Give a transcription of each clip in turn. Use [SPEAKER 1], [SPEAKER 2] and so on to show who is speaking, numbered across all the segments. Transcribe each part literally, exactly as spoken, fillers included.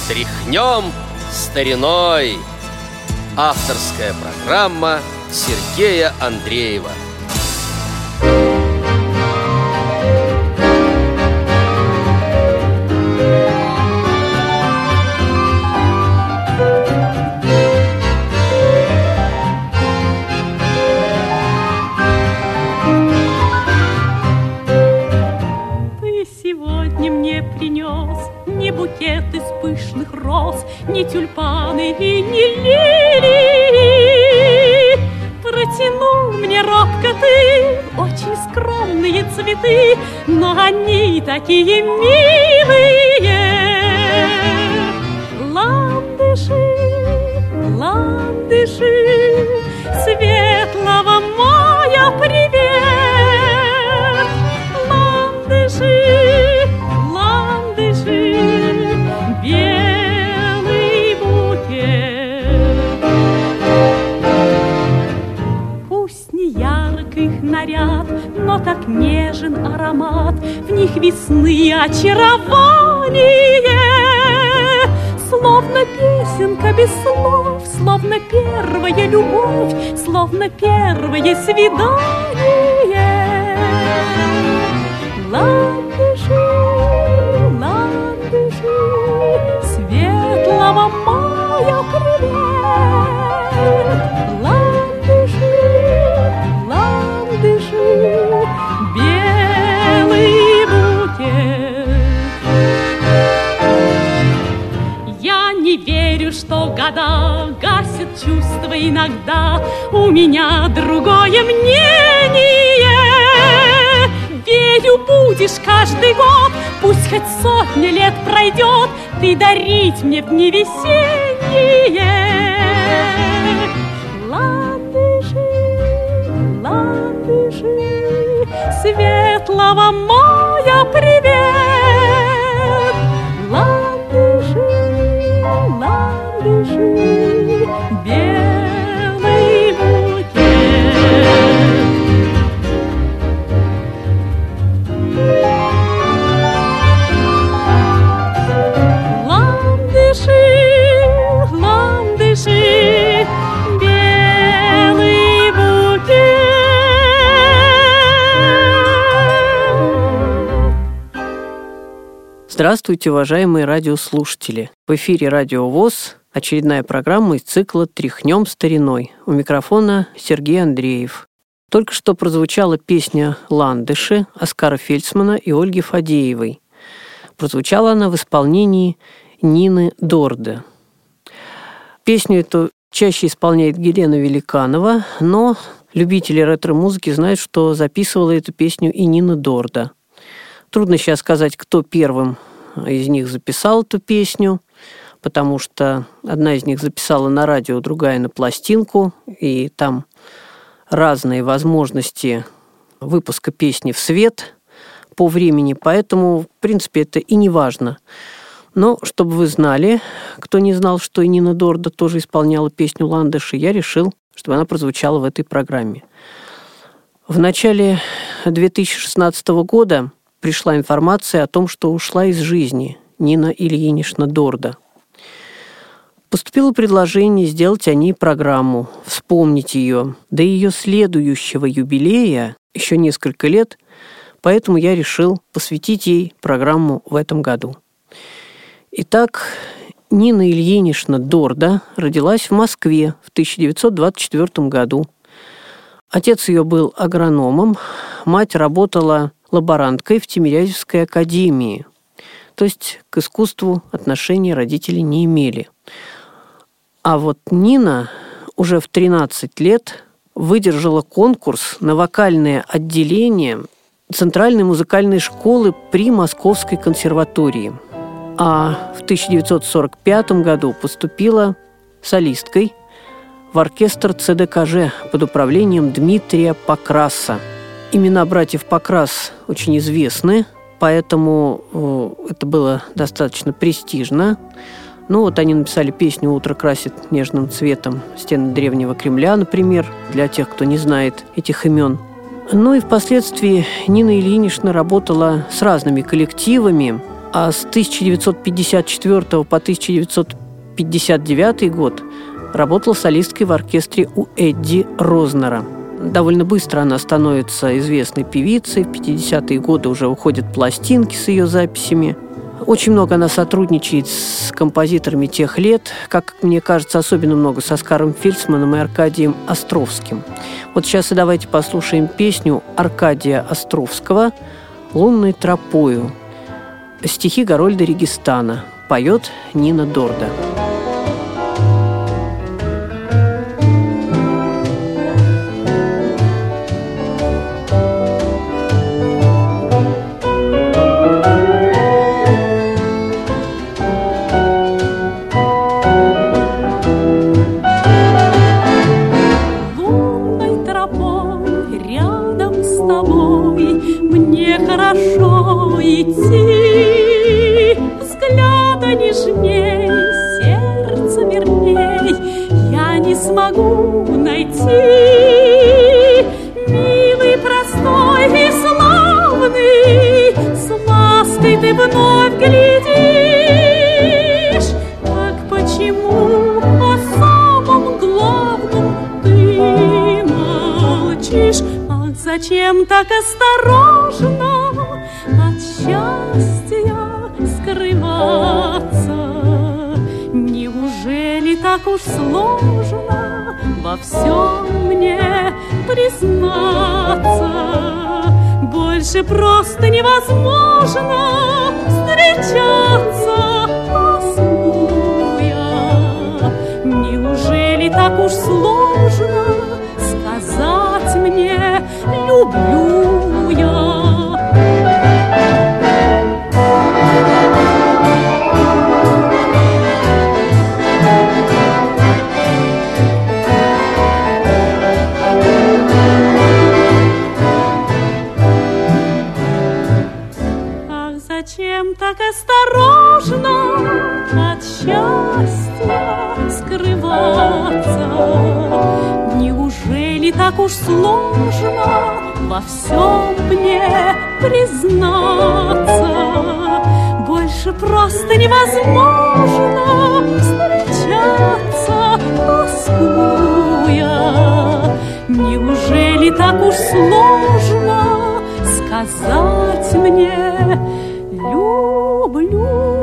[SPEAKER 1] Тряхнем стариной. Авторская программа Сергея Андреева.
[SPEAKER 2] Не букет из пышных роз, не тюльпаны и не лилии. Протянул мне робко ты очень скромные цветы, но они такие милые. Ландыши, ландыши, светлого мая привет. Ландыши, белый букет. Пусть не ярк их наряд, но так нежен аромат, в них весны очарование. Словно песенка без слов, словно первая любовь, словно первое свидание. Ландыши, светлого мая привет. Ландыши, ландыши, белый букет. Я не верю, что года гасят чувства иногда. У меня другое мнение. Верю, будешь каждый год, пусть хоть сотня лет пройдет, ты дарить мне в дни весенние. Ландыши, ландыши, светлого мая привет. Ландыши, ландыши, белый букет. Ландыши, ландыши, белый букет.
[SPEAKER 3] Здравствуйте, уважаемые радиослушатели! В эфире Радио ВОС, очередная программа из цикла «Тряхнем стариной». У микрофона Сергей Андреев. Только что прозвучала песня «Ландыши» Оскара Фельдсмана и Ольги Фадеевой. Прозвучала она в исполнении Нины Дорде. Песню эту чаще исполняет Елена Великанова, но любители ретро-музыки знают, что записывала эту песню и Нина Дорде. Трудно сейчас сказать, кто первым из них записал эту песню, потому что одна из них записала на радио, другая на пластинку, и там разные возможности выпуска песни в свет по времени, поэтому, в принципе, это и не важно. Но, чтобы вы знали, кто не знал, что и Нина Дорде тоже исполняла песню «Ландыши», я решил, чтобы она прозвучала в этой программе. В начале две тысячи шестнадцатого года пришла информация о том, что ушла из жизни Нина Ильинична Дорде. Поступило предложение сделать о ней программу, вспомнить ее до ее следующего юбилея, еще несколько лет, поэтому я решил посвятить ей программу в этом году. Итак, Нина Ильинична Дорде родилась в Москве в тысяча девятьсот двадцать четвёртом году. Отец ее был агрономом, мать работала лаборанткой в Тимирязевской академии, то есть к искусству отношения родители не имели. А вот Нина уже в тринадцать лет выдержала конкурс на вокальное отделение Центральной музыкальной школы при Московской консерватории. А в тысяча девятьсот сорок пятом году поступила солисткой в оркестр ЦДКЖ под управлением Дмитрия Покраса. Имена братьев Покрас очень известны, поэтому это было достаточно престижно. Ну вот они написали песню «Утро красит нежным цветом стены древнего Кремля», например, для тех, кто не знает этих имен. Ну и впоследствии Нина Ильинична работала с разными коллективами. А с тысяча девятьсот пятьдесят четвёртого по тысяча девятьсот пятьдесят девятый год работала солисткой в оркестре у Эдди Рознера. Довольно быстро она становится известной певицей. В пятидесятые годы уже выходят пластинки с ее записями. Очень много она сотрудничает с композиторами тех лет, как мне кажется, особенно много с Оскаром Фельдсманом и Аркадием Островским. Вот сейчас и давайте послушаем песню Аркадия Островского «Лунной тропою». Стихи Гарольда Регистана. Поет Нина Дорда.
[SPEAKER 2] Хорошо идти, взгляда нежней, сердце верней я не смогу найти. Милый, простой и славный, с лаской ты вновь глядишь. Так почему о самом главном ты молчишь? Ах, зачем так осторожно от счастья скрываться? Неужели так уж сложно во всем мне признаться? Больше просто невозможно встречаться, тоскуя. Неужели так уж сложно сказать мне «люблю я»? Зачем так осторожно от счастья скрываться? Неужели так уж сложно во всем мне признаться? Больше просто невозможно встречаться, тоскуя. Неужели так уж сложно сказать мне «люблю»?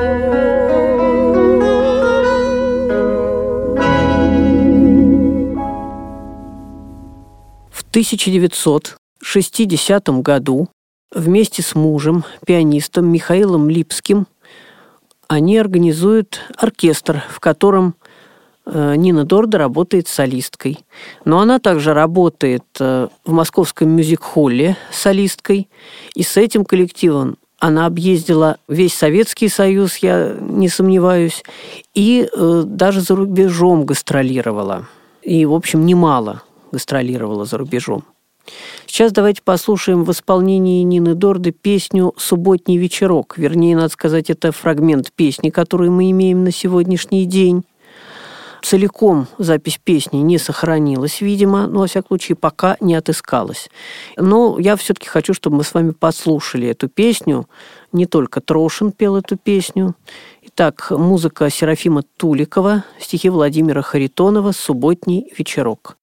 [SPEAKER 3] В тысяча девятьсот шестидесятом году вместе с мужем, пианистом Михаилом Липским, они организуют оркестр, в котором Нина Дорда работает солисткой. Но она также работает в московском мюзик-холле солисткой. И с этим коллективом она объездила весь Советский Союз, я не сомневаюсь, и даже за рубежом гастролировала. И, в общем, немало гастролировала за рубежом. Сейчас давайте послушаем в исполнении Нины Дорды песню «Субботний вечерок». Вернее, надо сказать, это фрагмент песни, которую мы имеем на сегодняшний день. Целиком запись песни не сохранилась, видимо, но, во всяком случае, пока не отыскалась. Но я все-таки хочу, чтобы мы с вами послушали эту песню. Не только Трошин пел эту песню. Итак, музыка Серафима Туликова, стихи Владимира Харитонова «Субботний вечерок».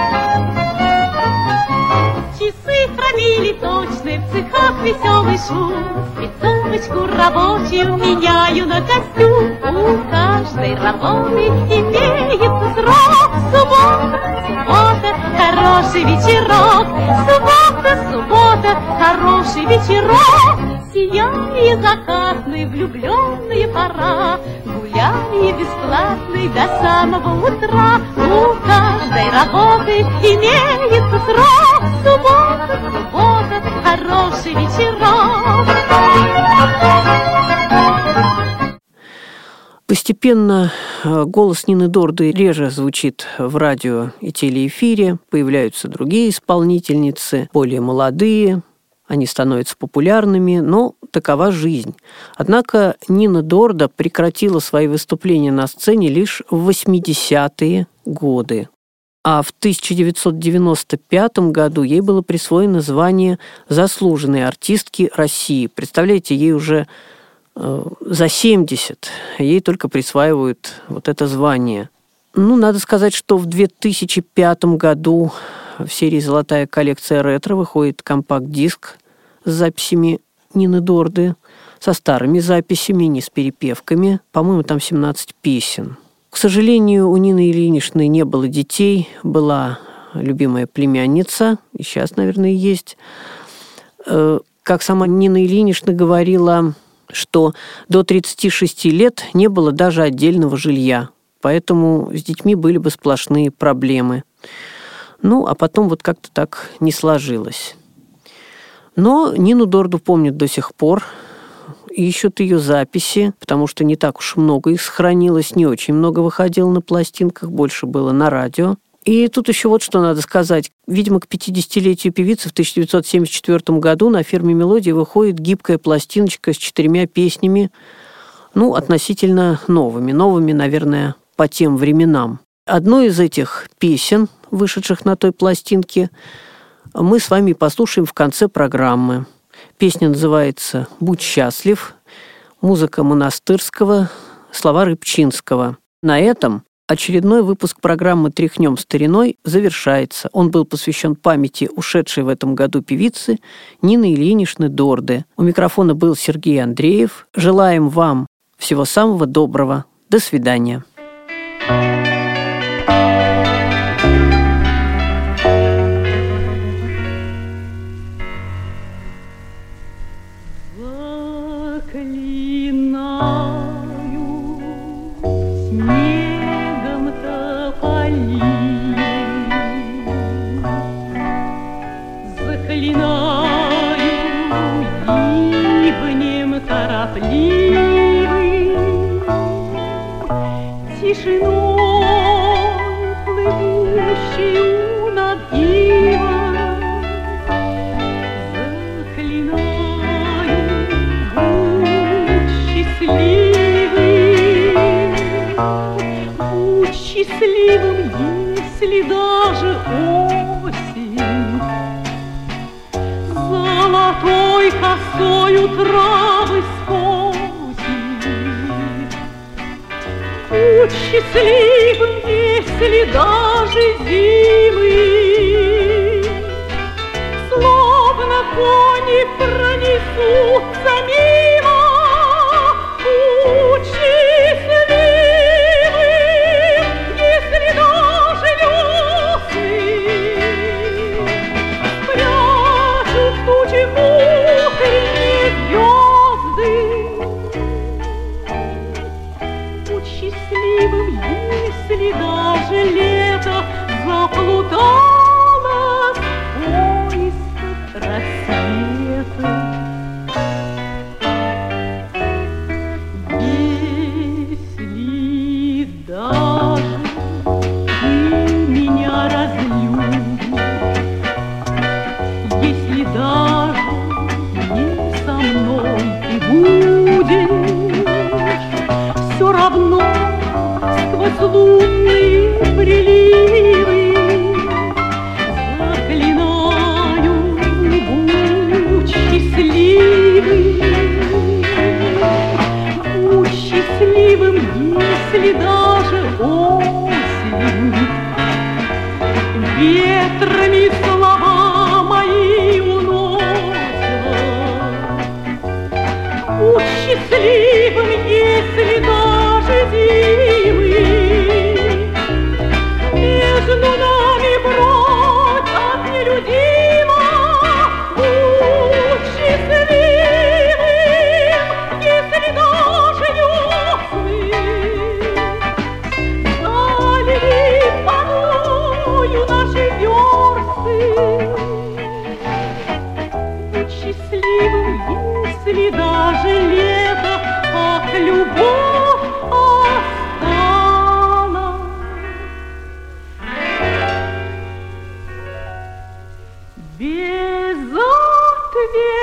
[SPEAKER 2] Часы хранили точно, в цехах веселый шум. Спецовочку рабочую меняю на костюм. У каждой работы имеется срок. Суббота, суббота, хороший вечерок. Суббота, суббота, хороший вечерок. Сияние закатной, влюбленные пора. Гуляние бесплатное до самого утра. У каждой работы имеется срок. Суббота, суббота, хороший вечерок.
[SPEAKER 3] Постепенно голос Нины Дорды реже звучит в радио и телеэфире. Появляются другие исполнительницы, более молодые. Они становятся популярными, но такова жизнь. Однако Нина Дорда прекратила свои выступления на сцене лишь в восьмидесятые годы. А в тысяча девятьсот девяносто пятом году ей было присвоено звание заслуженной артистки России. Представляете, ей уже За семьдесят ей только присваивают вот это звание. Ну, надо сказать, что в две тысячи пятом году в серии «Золотая коллекция ретро» выходит компакт-диск с записями Нины Дорды, со старыми записями, не с перепевками. По-моему, там семнадцать песен. К сожалению, у Нины Ильиничны не было детей, была любимая племянница, и сейчас, наверное, есть. Как сама Нина Ильинична говорила, что до тридцати шести лет не было даже отдельного жилья, поэтому с детьми были бы сплошные проблемы. Ну, а потом вот как-то так не сложилось. Но Нину Дорду помнят до сих пор, ищут ее записи, потому что не так уж много их сохранилось, не очень много выходило на пластинках, больше было на радио. И тут еще вот что надо сказать. Видимо, к пятидесятилетию певицы в тысяча девятьсот семьдесят четвёртом году на фирме «Мелодия» выходит гибкая пластиночка с четырьмя песнями, ну, относительно новыми. Новыми, наверное, по тем временам. Одну из этих песен, вышедших на той пластинке, мы с вами послушаем в конце программы. Песня называется «Будь счастлив», музыка Монастырского, слова Рыбчинского. На этом очередной выпуск программы «Тряхнем стариной» завершается. Он был посвящен памяти ушедшей в этом году певицы Нины Ильиничны Дорды. У микрофона был Сергей Андреев. Желаем вам всего самого доброго. До свидания.
[SPEAKER 2] Тишиной плывущую над Ивой заклинаю, будь счастливым, будь счастливым, если даже осень золотой косою травы скосит. Будь счастливым, если даже зимы словно кони пронесутся мимо. Будь счастливым, если даже весны спрячут тучи утренние звезды. Будь счастливым, если даже лето заплутало в поисках рассвета. Если даже ты меня разлюбишь, если даже не со мной ты будешь, все равно сквозь лунные приливы заклинаю, будь счастливым, будь счастливым, если даже осень ветрами слова мои уносят. Будь счастливым, если даже зимы между нами бродь от нелюдима. Будь счастливым, если даже весны залили водою наши версты. Будь счастливым, если даже лето как любовь осталась без ответа.